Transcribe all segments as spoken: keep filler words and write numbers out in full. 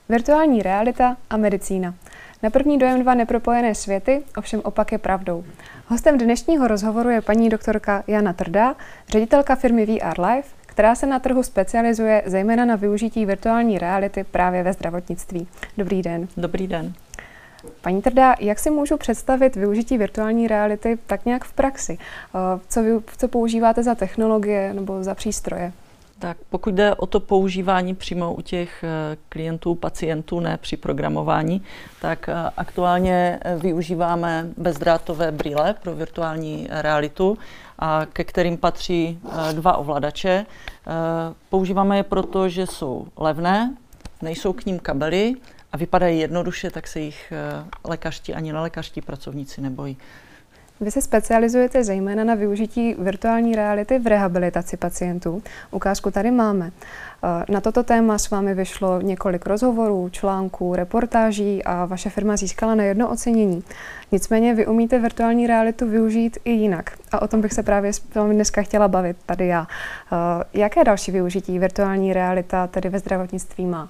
Virtuální realita a medicína. Na první dojem dva nepropojené světy, ovšem opak je pravdou. Hostem dnešního rozhovoru je paní doktorka Jana Trdá, ředitelka firmy V R Life, která se na trhu specializuje zejména na využití virtuální reality právě ve zdravotnictví. Dobrý den. Dobrý den. Paní Trdá, jak si můžu představit využití virtuální reality tak nějak v praxi? Co, vy, co používáte za technologie nebo za přístroje? Tak pokud jde o to používání přímo u těch klientů, pacientů, ne při programování, tak aktuálně využíváme bezdrátové brýle pro virtuální realitu, a ke kterým patří dva ovladače. Používáme je proto, že jsou levné, nejsou k ním kabely a vypadají jednoduše, tak se jich lékařští ani nelékařští pracovníci nebojí. Vy se specializujete zejména na využití virtuální reality v rehabilitaci pacientů. Ukázku tady máme. Na toto téma s vámi vyšlo několik rozhovorů, článků, reportáží a vaše firma získala nejedno ocenění. Nicméně vy umíte virtuální realitu využít i jinak. A o tom bych se právě s vámi dneska chtěla bavit tady já. Jaké další využití virtuální realita tedy ve zdravotnictví má?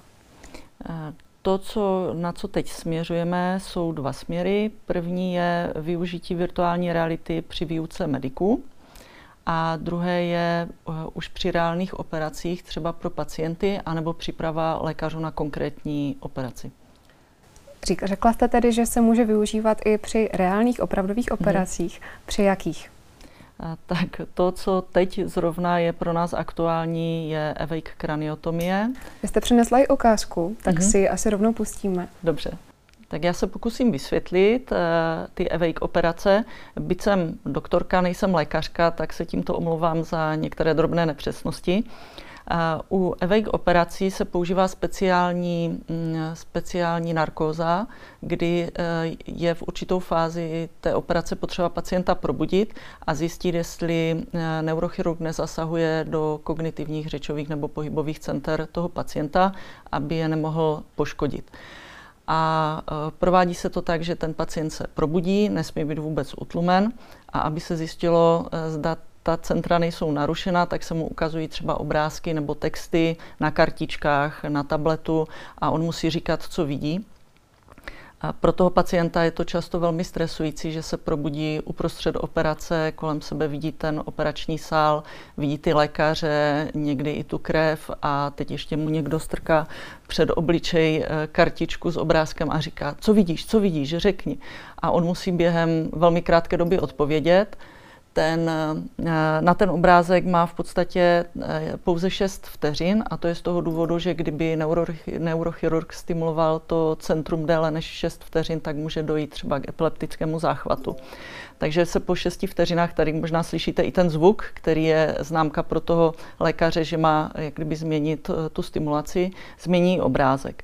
To, co, na co teď směřujeme, jsou dva směry. První je využití virtuální reality při výuce mediků a druhé je uh, už při reálných operacích, třeba pro pacienty, anebo příprava lékařů na konkrétní operaci. Řekla jste tedy, že se může využívat i při reálných opravdových operacích. Hmm. Při jakých? A tak to, co teď zrovna je pro nás aktuální, je awake kraniotomie. Vy jste přinesla i ukázku, tak mm-hmm. si ji asi rovnou pustíme. Dobře. Tak já se pokusím vysvětlit uh, ty awake operace. Byť jsem doktorka, nejsem lékařka, tak se tímto omlouvám za některé drobné nepřesnosti. Uh, u awake operací se používá speciální, mm, speciální narkóza, kdy uh, je v určitou fázi té operace potřeba pacienta probudit a zjistit, jestli uh, neurochirurg nezasahuje do kognitivních, řečových nebo pohybových center toho pacienta, aby je nemohl poškodit. A uh, provádí se to tak, že ten pacient se probudí, nesmí být vůbec utlumen a aby se zjistilo, uh, zda ta centra nejsou narušena, tak se mu ukazují třeba obrázky nebo texty na kartičkách, na tabletu a on musí říkat, co vidí. A pro toho pacienta je to často velmi stresující, že se probudí uprostřed operace, kolem sebe vidí ten operační sál, vidí ty lékaře, někdy i tu krev a teď ještě mu někdo strká před obličej kartičku s obrázkem a říká, co vidíš, co vidíš, řekni. A on musí během velmi krátké doby odpovědět. Ten, na ten obrázek má v podstatě pouze šest vteřin a to je z toho důvodu, že kdyby neuro, neurochirurg stimuloval to centrum déle než šest vteřin, tak může dojít třeba k epileptickému záchvatu. Takže se po šesti vteřinách, tady možná slyšíte i ten zvuk, který je známka pro toho lékaře, že má jak kdyby změnit tu stimulaci, změní obrázek.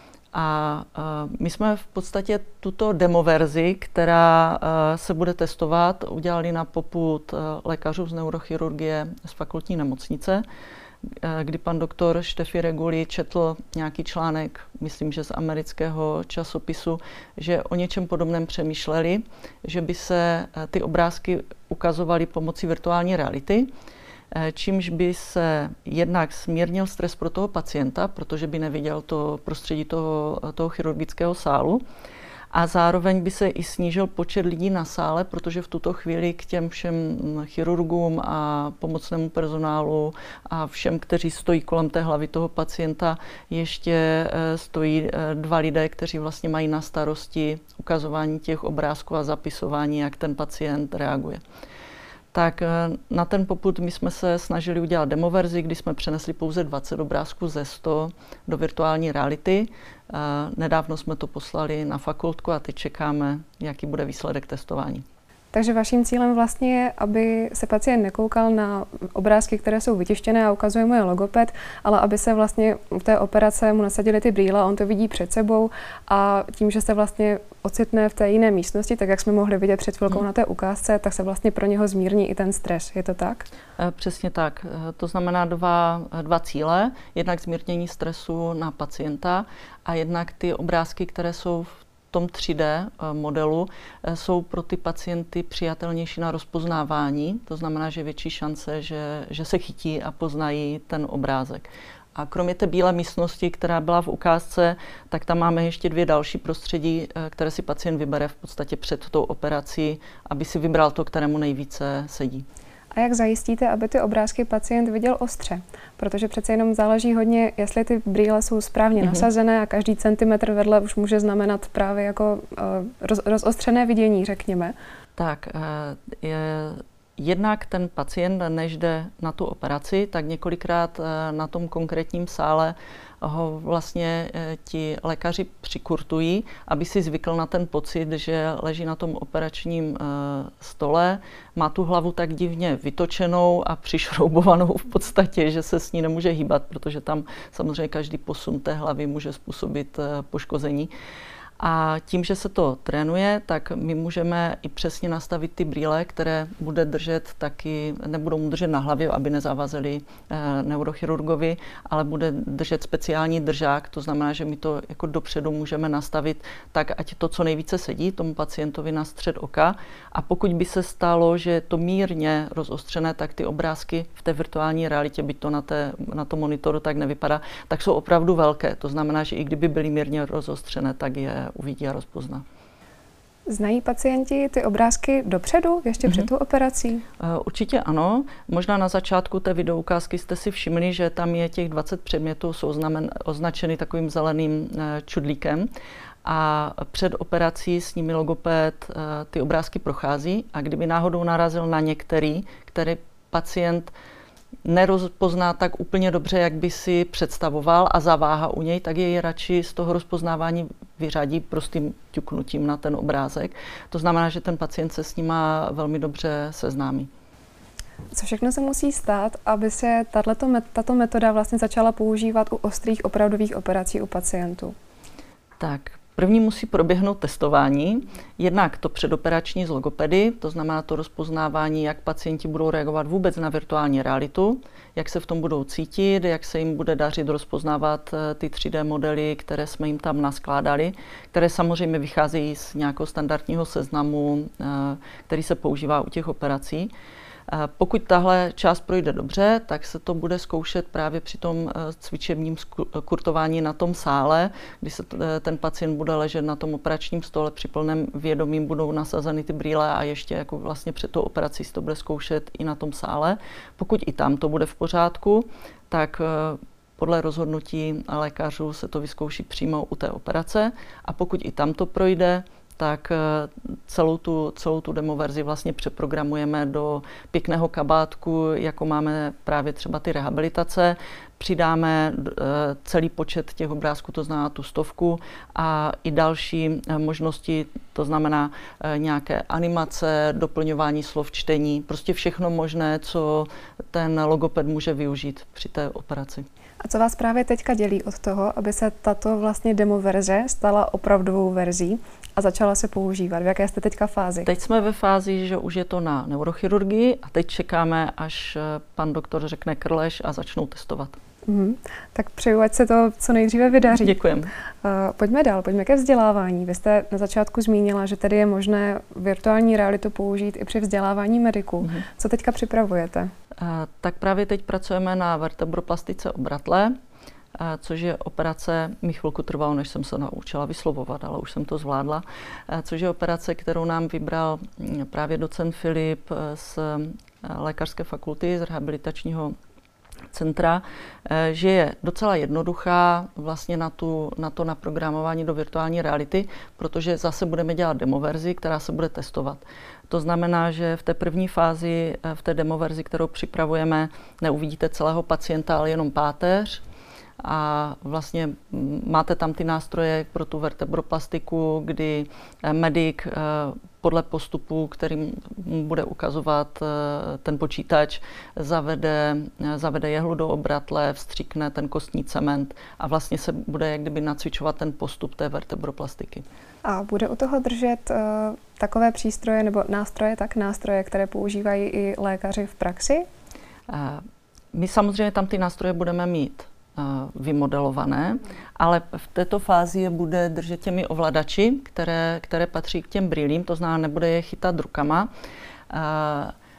A uh, my jsme v podstatě tuto demoverzi, která uh, se bude testovat, udělali na popud uh, lékařů z neurochirurgie z fakultní nemocnice, uh, kdy pan doktor Štefy Reguli četl nějaký článek, myslím, že z amerického časopisu, že o něčem podobném přemýšleli, že by se uh, ty obrázky ukazovaly pomocí virtuální reality, čímž by se jednak zmírnil stres pro toho pacienta, protože by neviděl to prostředí toho, toho chirurgického sálu a zároveň by se i snížil počet lidí na sále, protože v tuto chvíli k těm všem chirurgům a pomocnému personálu a všem, kteří stojí kolem té hlavy toho pacienta, ještě stojí dva lidé, kteří vlastně mají na starosti ukazování těch obrázků a zapisování, jak ten pacient reaguje. Tak na ten popud my jsme se snažili udělat demoverzi, kdy jsme přenesli pouze dvacet obrázků ze sto do virtuální reality. Nedávno jsme to poslali na fakultku a teď čekáme, jaký bude výsledek testování. Takže vaším cílem vlastně je, aby se pacient nekoukal na obrázky, které jsou vytištěné a ukazuje mu je logoped, ale aby se vlastně v té operace mu nasadili ty brýle, on to vidí před sebou a tím, že se vlastně ocitne v té jiné místnosti, tak jak jsme mohli vidět před chvilkou hmm. na té ukázce, tak se vlastně pro něho zmírní i ten stres. Je to tak? Přesně tak. To znamená dva, dva cíle. Jednak zmírnění stresu na pacienta a jednak ty obrázky, které jsou v tom tři dé modelu, jsou pro ty pacienty přijatelnější na rozpoznávání. To znamená, že je větší šance, že, že se chytí a poznají ten obrázek. A kromě té bílé místnosti, která byla v ukázce, tak tam máme ještě dvě další prostředí, které si pacient vybere v podstatě před tou operací, aby si vybral to, kterému nejvíce sedí. A jak zajistíte, aby ty obrázky pacient viděl ostře? Protože přece jenom záleží hodně, jestli ty brýle jsou správně mm-hmm. nasazené a každý centimetr vedle už může znamenat právě jako uh, roz, rozostřené vidění, řekněme. Tak, je, jednak ten pacient, než jde na tu operaci, tak několikrát na tom konkrétním sále ho vlastně ti lékaři přikurtují, aby si zvykl na ten pocit, že leží na tom operačním stole, má tu hlavu tak divně vytočenou a přišroubovanou v podstatě, že se s ní nemůže hýbat, protože tam samozřejmě každý posun té hlavy může způsobit poškození. A tím, že se to trénuje, tak my můžeme i přesně nastavit ty brýle, které bude držet taky, nebudou mu držet na hlavě, aby nezavazili e, neurochirurgovi, ale bude držet speciální držák, to znamená, že my to jako dopředu můžeme nastavit tak, ať to co nejvíce sedí tomu pacientovi na střed oka. A pokud by se stalo, že je to mírně rozostřené, tak ty obrázky v té virtuální realitě, byť to na, té, na tom monitoru tak nevypadá, tak jsou opravdu velké. To znamená, že i kdyby byly mírně rozostřené, tak je uvidí a rozpozná. Znají pacienti ty obrázky dopředu, ještě mm-hmm. před tou operací? Určitě ano. Možná na začátku té videoukázky jste si všimli, že tam je těch dvacet předmětů, jsou znamen, označeny takovým zeleným čudlíkem. A před operací s nimi logoped ty obrázky prochází a kdyby náhodou narazil na některý, který pacient nerozpozná tak úplně dobře, jak by si představoval a zaváhá u něj, tak jej radši z toho rozpoznávání vyřadí prostým ťuknutím na ten obrázek. To znamená, že ten pacient se s nima velmi dobře seznámí. Co všechno se musí stát, aby se tato, tato metoda vlastně začala používat u ostrých opravdových operací u pacientů? Tak, první musí proběhnout testování, jednak to předoperační z logopedy, to znamená to rozpoznávání, jak pacienti budou reagovat vůbec na virtuální realitu, jak se v tom budou cítit, jak se jim bude dařit rozpoznávat ty tři dé modely, které jsme jim tam naskládali, které samozřejmě vycházejí z nějakého standardního seznamu, který se používá u těch operací. Pokud tahle část projde dobře, tak se to bude zkoušet právě při tom cvičebním kurtování na tom sále, kdy se ten pacient bude ležet na tom operačním stole, při plném vědomí budou nasazeny ty brýle a ještě jako vlastně před tou operací se to bude zkoušet i na tom sále. Pokud i tam to bude v pořádku, tak podle rozhodnutí lékařů se to vyzkouší přímo u té operace a pokud i tam to projde, tak celou tu, celou tu demoverzi vlastně přeprogramujeme do pěkného kabátku, jako máme právě třeba ty rehabilitace. Přidáme celý počet těch obrázků, to znamená tu stovku a i další možnosti, to znamená nějaké animace, doplňování slov, čtení, prostě všechno možné, co ten logoped může využít při té operaci. A co vás právě teďka dělí od toho, aby se tato vlastně demoverze stala opravdovou verzí a začala se používat? V jaké jste teďka fázi? Teď jsme ve fázi, že už je to na neurochirurgii a teď čekáme, až pan doktor řekne krleš a začnou testovat. Mm, tak přeju, ať se to co nejdříve vydaří. Děkujem. Uh, pojďme dál, pojďme ke vzdělávání. Vy jste na začátku zmínila, že tedy je možné virtuální realitu použít i při vzdělávání mediků. Mm. Co teďka připravujete? Uh, tak právě teď pracujeme na vertebroplastice obratle, uh, což je operace, mi chvilku trvalo, než jsem se naučila vyslovovat, ale už jsem to zvládla, uh, což je operace, kterou nám vybral právě docent Filip z lékařské fakulty, z rehabilitačního centra, že je docela jednoduchá vlastně na, tu, na to naprogramování do virtuální reality, protože zase budeme dělat demoverzi, která se bude testovat. To znamená, že v té první fázi, v té demoverzi, kterou připravujeme, neuvidíte celého pacienta, ale jenom páteř. A vlastně máte tam ty nástroje pro tu vertebroplastiku, kdy medic podle postupu, kterým bude ukazovat ten počítač, zavede, zavede jehlu do obratle, vstříkne ten kostní cement a vlastně se bude jak kdyby nacvičovat ten postup té vertebroplastiky. A bude u toho držet uh, takové přístroje nebo nástroje, tak nástroje, které používají i lékaři v praxi? Uh, my samozřejmě tam ty nástroje budeme mít vymodelované, ale v této fázi je bude držet těmi ovladači, které, které patří k těm brýlím, to znamená, nebude je chytat rukama.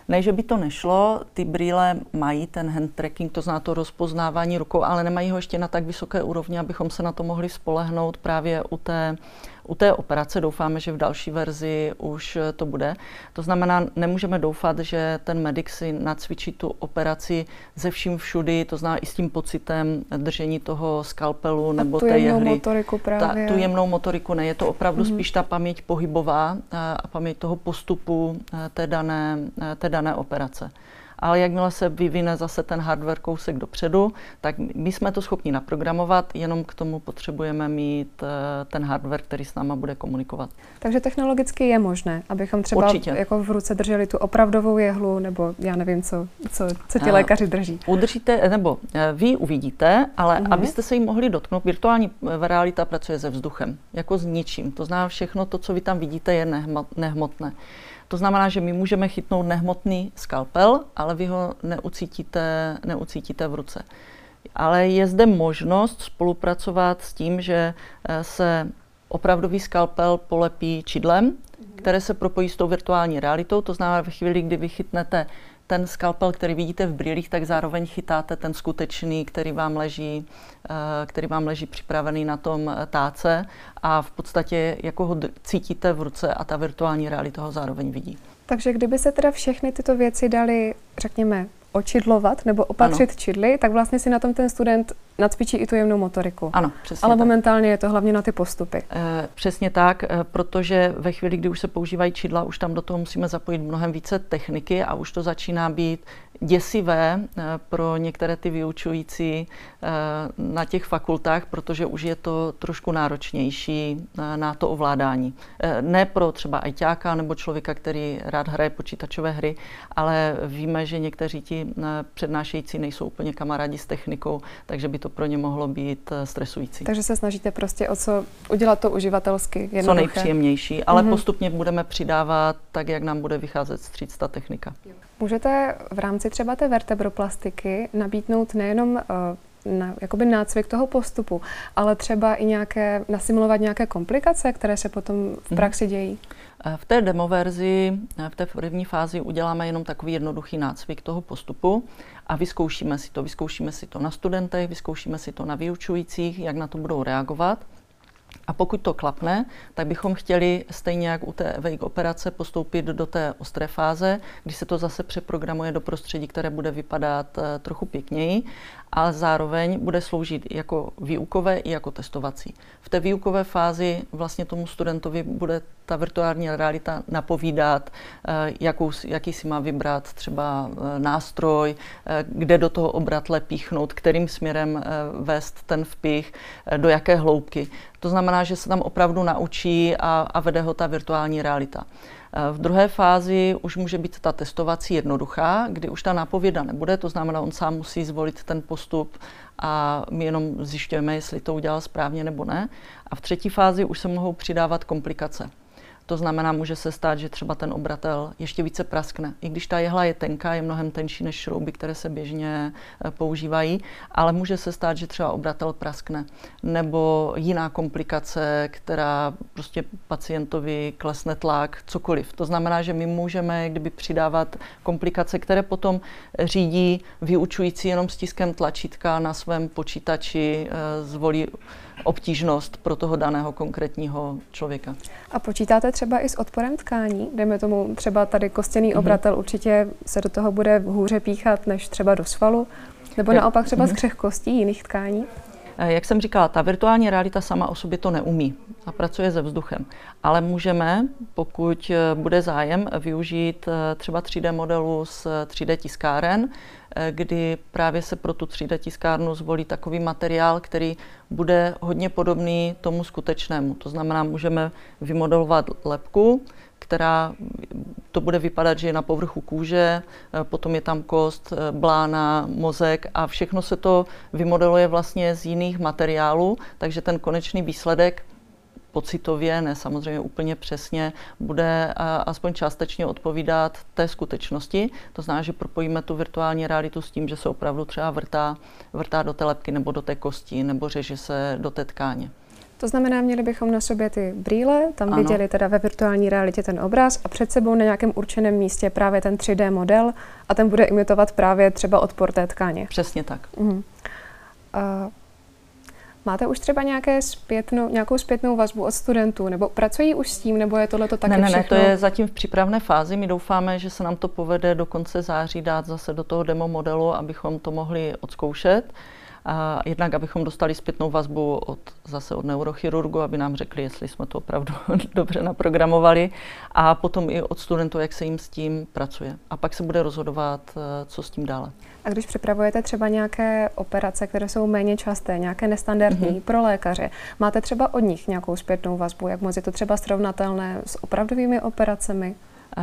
Ne, že by to nešlo, ty brýle mají ten hand tracking, to znamená to rozpoznávání rukou, ale nemají ho ještě na tak vysoké úrovni, abychom se na to mohli spolehnout právě u té, u té operace. Doufáme, že v další verzi už to bude. To znamená, nemůžeme doufat, že ten medic si nacvičí tu operaci ze vším všudy, to znamená i s tím pocitem držení toho skalpelu nebo té jehly. A tu jemnou motoriku právě. Ta, tu jemnou motoriku ne, je to opravdu mm-hmm. spíš ta paměť pohybová a paměť toho postupu té dané, té dané operace. Ale jakmile se vyvine zase ten hardware kousek dopředu, tak my jsme to schopni naprogramovat, jenom k tomu potřebujeme mít ten hardware, který s náma bude komunikovat. Takže technologicky je možné, abychom třeba jako v ruce drželi tu opravdovou jehlu, nebo já nevím, co, co, co ti lékaři drží. Udržíte, nebo vy uvidíte, ale mm-hmm. abyste se jí mohli dotknout, virtuální realita pracuje se vzduchem, jako s ničím. To znamená, všechno to, co vy tam vidíte, je nehmotné. To znamená, že my můžeme chytnout nehmotný skalpel, ale vy ho neucítíte, neucítíte v ruce. Ale je zde možnost spolupracovat s tím, že se opravdový skalpel polepí čidlem, které se propojí s tou virtuální realitou. To znamená, ve chvíli, kdy vy chytnete ten skalpel, který vidíte v brýlích, tak zároveň chytáte ten skutečný, který vám leží, který vám leží připravený na tom táce a v podstatě jako ho cítíte v ruce a ta virtuální realita ho zároveň vidí. Takže kdyby se teda všechny tyto věci daly, řekněme, očidlovat nebo opatřit ano. čidly, tak vlastně si na tom ten student nacvičí i tu jemnou motoriku. Ano, přesně Ale tak. momentálně je to hlavně na ty postupy. E, přesně tak, e, protože ve chvíli, kdy už se používají čidla, už tam do toho musíme zapojit mnohem více techniky a už to začíná být děsivé e, pro některé ty vyučující e, na těch fakultách, protože už je to trošku náročnější e, na to ovládání. E, ne pro třeba ajťáka nebo člověka, který rád hraje počítačové hry, ale víme, že někteří ti e, přednášející nejsou úplně kamarádi s technikou, takže by to pro ně mohlo být stresující. Takže se snažíte prostě o co udělat to uživatelsky jednoduché. Co nejpříjemnější, ale mm-hmm. postupně budeme přidávat tak, jak nám bude vycházet vstříc ta technika. Můžete v rámci třeba té vertebroplastiky nabídnout nejenom uh, na, jakoby nácvik toho postupu, ale třeba i nějaké, nasimulovat nějaké komplikace, které se potom v praxi dějí? V té demo verzi, v té první fázi uděláme jenom takový jednoduchý nácvik toho postupu a vyzkoušíme si to. Vyzkoušíme si to na studentech, vyzkoušíme si to na vyučujících, jak na to budou reagovat. A pokud to klapne, tak bychom chtěli stejně jak u té EVEIC operace postoupit do té ostré fáze, kdy se to zase přeprogramuje do prostředí, které bude vypadat trochu pěkněji, ale zároveň bude sloužit jako výukové i jako testovací. V té výukové fázi vlastně tomu studentovi bude ta virtuální realita napovídat, jakou, jaký si má vybrat třeba nástroj, kde do toho obratle píchnout, kterým směrem vést ten vpich, do jaké hloubky. To znamená, že se tam opravdu naučí a, a vede ho ta virtuální realita. V druhé fázi už může být ta testovací jednoduchá, kdy už ta nápověda nebude, to znamená, on sám musí zvolit ten postup a my jenom zjišťujeme, jestli to udělal správně nebo ne. A v třetí fázi už se mohou přidávat komplikace. To znamená, může se stát, že třeba ten obratel ještě více praskne. I když ta jehla je tenká, je mnohem tenčí než šrouby, které se běžně používají, ale může se stát, že třeba obratel praskne. Nebo jiná komplikace, která prostě pacientovi klesne tlak, cokoliv. To znamená, že my můžeme kdyby přidávat komplikace, které potom řídí vyučující jenom stiskem tlačítka na svém počítači, zvolí obtížnost pro toho daného konkrétního člověka. A počítáte třeba i s odporem tkání? Dejme tomu třeba tady kostěný mm-hmm. obratel určitě se do toho bude hůře píchat než třeba do svalu, nebo Jak? naopak třeba mm-hmm. z křehkostí jiných tkání? Jak jsem říkala, ta virtuální realita sama o sobě to neumí a pracuje se vzduchem. Ale můžeme, pokud bude zájem, využít třeba tři dé modelu z tři dé tiskáren, kdy právě se pro tu tři dé tiskárnu zvolí takový materiál, který bude hodně podobný tomu skutečnému. To znamená, můžeme vymodelovat lebku, která to bude vypadat, že je na povrchu kůže, potom je tam kost, blána, mozek a všechno se to vymodeluje vlastně z jiných materiálů, takže ten konečný výsledek pocitově, ne samozřejmě úplně přesně, bude aspoň částečně odpovídat té skutečnosti. To znamená, že propojíme tu virtuální realitu s tím, že se opravdu třeba vrtá, vrtá do té lebky nebo do té kosti, nebo řeže se do té tkáně. To znamená, měli bychom na sobě ty brýle, tam ano. viděli teda ve virtuální realitě ten obraz a před sebou na nějakém určeném místě právě ten tři dé model a ten bude imitovat právě třeba odpor té tkáně. Přesně tak. Uh-huh. A máte už třeba nějaké zpětnou, nějakou zpětnou vazbu od studentů, nebo pracují už s tím, nebo je tohleto taky ne, ne, všechno? Ne, to je zatím v přípravné fázi. My doufáme, že se nám to povede do konce září dát zase do toho demo modelu, abychom to mohli odzkoušet. A jednak, abychom dostali zpětnou vazbu od, zase od neurochirurgu, aby nám řekli, jestli jsme to opravdu dobře naprogramovali. A potom i od studentů, jak se jim s tím pracuje. A pak se bude rozhodovat, co s tím dále. A když připravujete třeba nějaké operace, které jsou méně časté, nějaké nestandardní mm-hmm. pro lékaře, máte třeba od nich nějakou zpětnou vazbu? Jak moc je to třeba srovnatelné s opravdovými operacemi? Uh,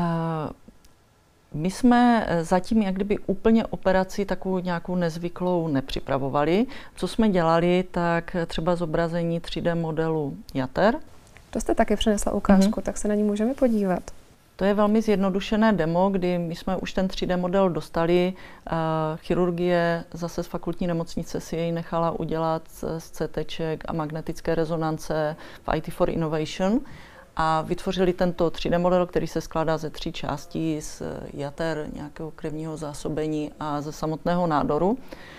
My jsme zatím jak kdyby úplně operaci takovou nějakou nezvyklou nepřipravovali. Co jsme dělali, tak třeba zobrazení tři dé modelu jater. To jste taky přinesla ukázku, mm-hmm. tak se na ní můžeme podívat. To je velmi zjednodušené demo, kdy my jsme už ten tři dé model dostali. Chirurgie zase z fakultní nemocnice si jej nechala udělat z cé téček a magnetické rezonance v í té for Innovation. A vytvořili tento tři dé model, který se skládá ze tří částí, z jater, nějakého krevního zásobení a ze samotného nádoru.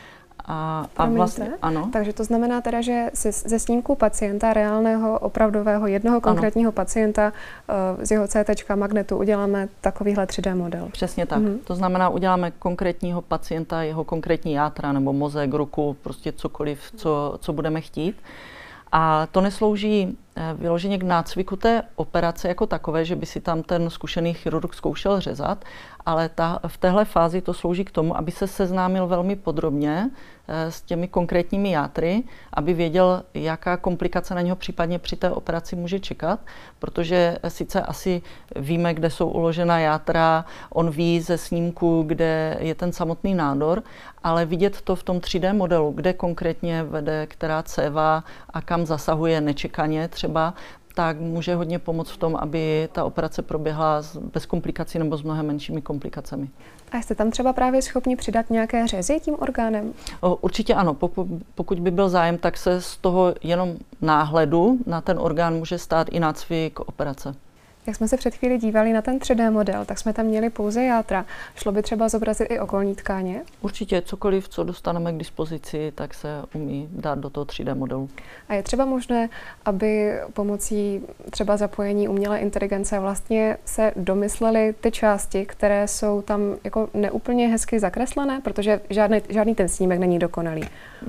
A, a vlastně, ano. Takže to znamená teda, že ze snímku pacienta, reálného, opravdového, jednoho konkrétního ano. pacienta z jeho cé téčka magnetu uděláme takovýhle tři dé model. Přesně tak. Mhm. To znamená, uděláme konkrétního pacienta, jeho konkrétní játra nebo mozek, ruku, prostě cokoliv, co, co budeme chtít. A to neslouží vyloženě k nácviku té operace jako takové, že by si tam ten zkušený chirurg zkoušel řezat, ale ta, v téhle fázi to slouží k tomu, aby se seznámil velmi podrobně s těmi konkrétními játry, aby věděl, jaká komplikace na něho případně při té operaci může čekat, protože sice asi víme, kde jsou uložena játra, on ví ze snímku, kde je ten samotný nádor, ale vidět to v tom tři dé modelu, kde konkrétně vede která céva a kam zasahuje nečekaně třeba, tak může hodně pomoct v tom, aby ta operace proběhla bez komplikací nebo s mnohem menšími komplikacemi. A jste tam třeba právě schopni přidat nějaké řezy tím orgánem? O, určitě ano. Pokud by byl zájem, tak se z toho jenom náhledu na ten orgán může stát i nácvik operace. Jak jsme se před chvíli dívali na ten tři dé model, tak jsme tam měli pouze játra. Šlo by třeba zobrazit i okolní tkáně? Určitě cokoliv, co dostaneme k dispozici, tak se umí dát do toho tři dé modelu. A je třeba možné, aby pomocí třeba zapojení umělé inteligence vlastně se domyslely ty části, které jsou tam jako neúplně hezky zakreslené, protože žádný, žádný ten snímek není dokonalý.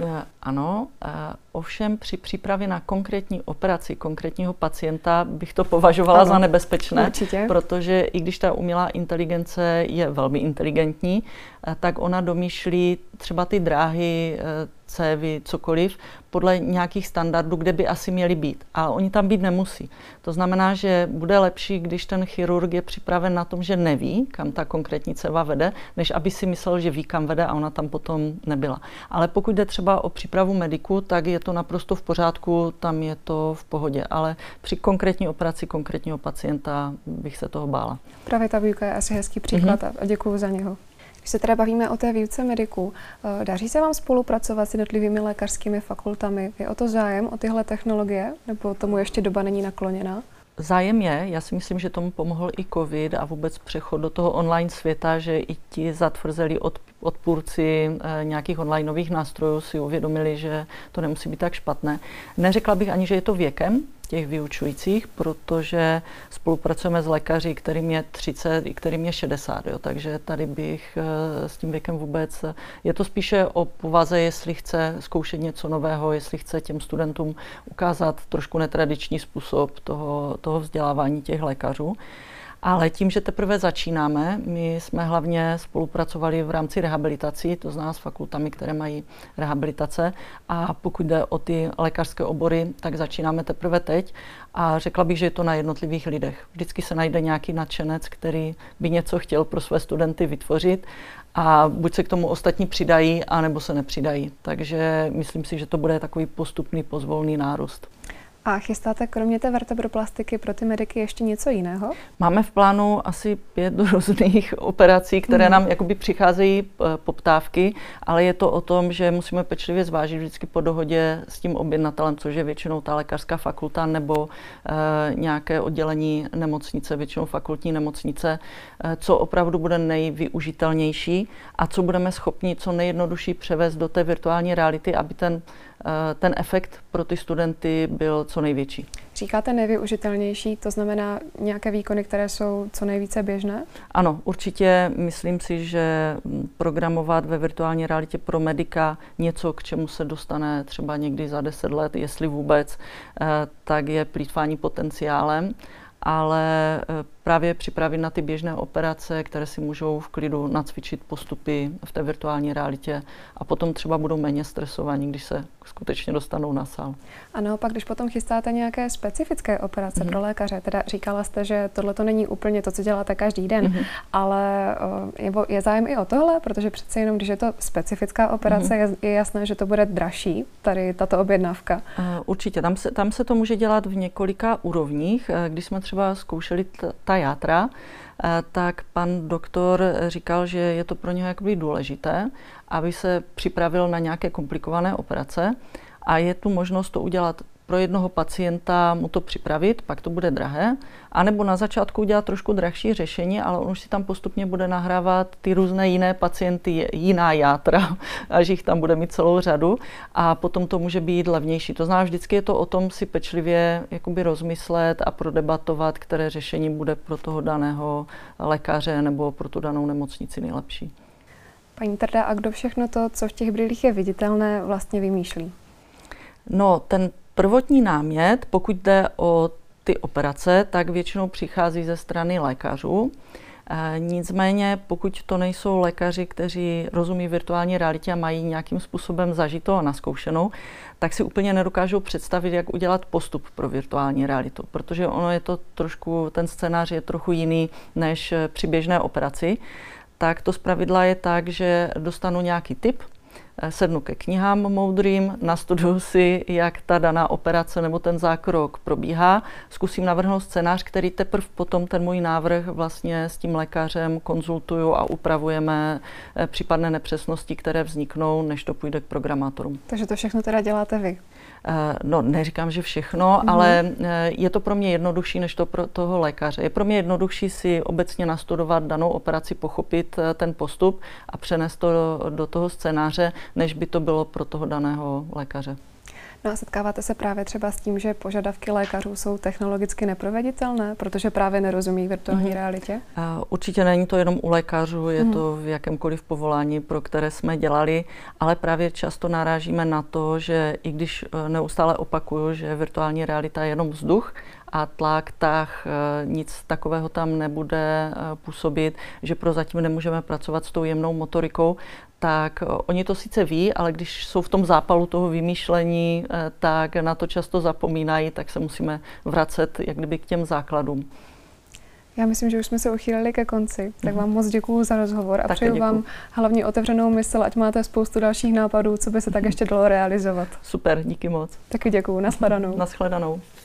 Ano, ovšem při přípravě na konkrétní operaci konkrétního pacienta bych to považovala ano, za nebezpečné, určitě. Protože i když ta umělá inteligence je velmi inteligentní, tak ona domýšlí třeba ty dráhy, cévy, cokoliv, podle nějakých standardů, kde by asi měly být. A oni tam být nemusí. To znamená, že bude lepší, když ten chirurg je připraven na tom, že neví, kam ta konkrétní céva vede, než aby si myslel, že ví, kam vede a ona tam potom nebyla. Ale pokud jde třeba o přípravu mediku, tak je to naprosto v pořádku, tam je to v pohodě. Ale při konkrétní operaci konkrétního pacienta bych se toho bála. Právě ta výuka je asi hezký příklad mm-hmm. a děkuju za něho. Když se teda bavíme o té výuce mediků, daří se vám spolupracovat s jednotlivými lékařskými fakultami? Je o to zájem, o tyhle technologie, nebo tomu ještě doba není nakloněná? Zájem je, já si myslím, že tomu pomohl i covid a vůbec přechod do toho online světa, že i ti zatvrzelí od, odpůrci e, nějakých onlineových nástrojů si uvědomili, že to nemusí být tak špatné. Neřekla bych ani, že je to věkem těch vyučujících, protože spolupracujeme s lékaři, kterým je třicet i kterým je šedesát, jo, takže tady bych e, s tím věkem vůbec, je to spíše o povaze, jestli chce zkoušet něco nového, jestli chce těm studentům ukázat trošku netradiční způsob toho, toho vzdělávání těch lékařů. Ale tím, že teprve začínáme, my jsme hlavně spolupracovali v rámci rehabilitací, to znamená s fakultami, které mají rehabilitace. A pokud jde o ty lékařské obory, tak začínáme teprve teď. A řekla bych, že je to na jednotlivých lidech. Vždycky se najde nějaký nadšenec, který by něco chtěl pro své studenty vytvořit. A buď se k tomu ostatní přidají, anebo se nepřidají. Takže myslím si, že to bude takový postupný pozvolný nárůst. A chystáte kromě té vertebroplastiky pro ty mediky ještě něco jiného? Máme v plánu asi pět různých operací, které mm. nám jakoby přicházejí poptávky, ale je to o tom, že musíme pečlivě zvážit vždycky po dohodě s tím objednatelem, což je většinou ta lékařská fakulta nebo e, nějaké oddělení nemocnice, většinou fakultní nemocnice, e, co opravdu bude nejvyužitelnější a co budeme schopni co nejjednodušší převést do té virtuální reality, aby ten ten efekt pro ty studenty byl co největší. Říkáte nevyužitelnější, to znamená nějaké výkony, které jsou co nejvíce běžné? Ano, určitě myslím si, že programovat ve virtuální realitě pro medika něco, k čemu se dostane třeba někdy za deset let, jestli vůbec, tak je plýtvání potenciálem, ale právě připravit na ty běžné operace, které si můžou v klidu nacvičit postupy v té virtuální realitě a potom třeba budou méně stresovaní, když se skutečně dostanou na sál. A naopak, když potom chystáte nějaké specifické operace mm-hmm. pro lékaře, teda říkala jste, že tohle to není úplně to, co děláte každý den, mm-hmm. ale je, je zájem i o tohle, protože přece jenom, když je to specifická operace, mm-hmm. je, je jasné, že to bude dražší, tady tato objednávka. Uh, určitě, tam se, tam se to může dělat v několika úrovních. Když jsme třeba zkoušeli t- ta játra, tak pan doktor říkal, že je to pro něho jakoby důležité, aby se připravil na nějaké komplikované operace a je tu možnost to udělat pro jednoho pacienta, mu to připravit, pak to bude drahé, anebo na začátku udělat trošku drahší řešení, ale on už si tam postupně bude nahrávat ty různé jiné pacienty, jiná játra, až jich tam bude mít celou řadu a potom to může být levnější. To znamená, vždycky je to o tom si pečlivě jakoby rozmyslet a prodebatovat, které řešení bude pro toho daného lékaře nebo pro tu danou nemocnici nejlepší. Paní Trda, a kdo všechno to, co v těch brýlích je viditelné, vlastně vymýšlí? No, ten prvotní námět, pokud jde o ty operace, tak většinou přichází ze strany lékařů. E, nicméně, pokud to nejsou lékaři, kteří rozumí virtuální realitě a mají nějakým způsobem zažito a naskoušenou, tak si úplně nedokážou představit, jak udělat postup pro virtuální realitu, protože ono je to trošku, ten scénář je trochu jiný než při běžné operaci. Tak to zpravidla je tak, že dostanu nějaký tip, sednu ke knihám moudrým, nastuduju si, jak ta daná operace nebo ten zákrok probíhá, zkusím navrhnout scénář, který teprve potom ten můj návrh vlastně s tím lékařem konzultuju a upravujeme případné nepřesnosti, které vzniknou, než to půjde k programátorům. Takže to všechno teda děláte vy? No, neříkám, že všechno, mm-hmm. ale je to pro mě jednodušší než to pro toho lékaře. Je pro mě jednodušší si obecně nastudovat danou operaci, pochopit ten postup a přenést to do, do toho scénáře, než by to bylo pro toho daného lékaře. No a setkáváte se právě třeba s tím, že požadavky lékařů jsou technologicky neproveditelné, protože právě nerozumí virtuální mm-hmm. realitě? Určitě není to jenom u lékařů, je mm-hmm. to v jakémkoliv povolání, pro které jsme dělali, ale právě často narážíme na to, že i když neustále opakuju, že virtuální realita je jenom vzduch a tlak, tah, nic takového tam nebude působit, že prozatím nemůžeme pracovat s tou jemnou motorikou, tak oni to sice ví, ale když jsou v tom zápalu toho vymýšlení, tak na to často zapomínají, tak se musíme vracet jak kdyby k těm základům. Já myslím, že už jsme se uchýlili ke konci, tak vám moc děkuju za rozhovor a Také přeju děkuju. vám hlavně otevřenou mysl, ať máte spoustu dalších nápadů, co by se tak ještě dalo realizovat. Super, díky moc. Taky děkuju, nashledanou. Nashledanou.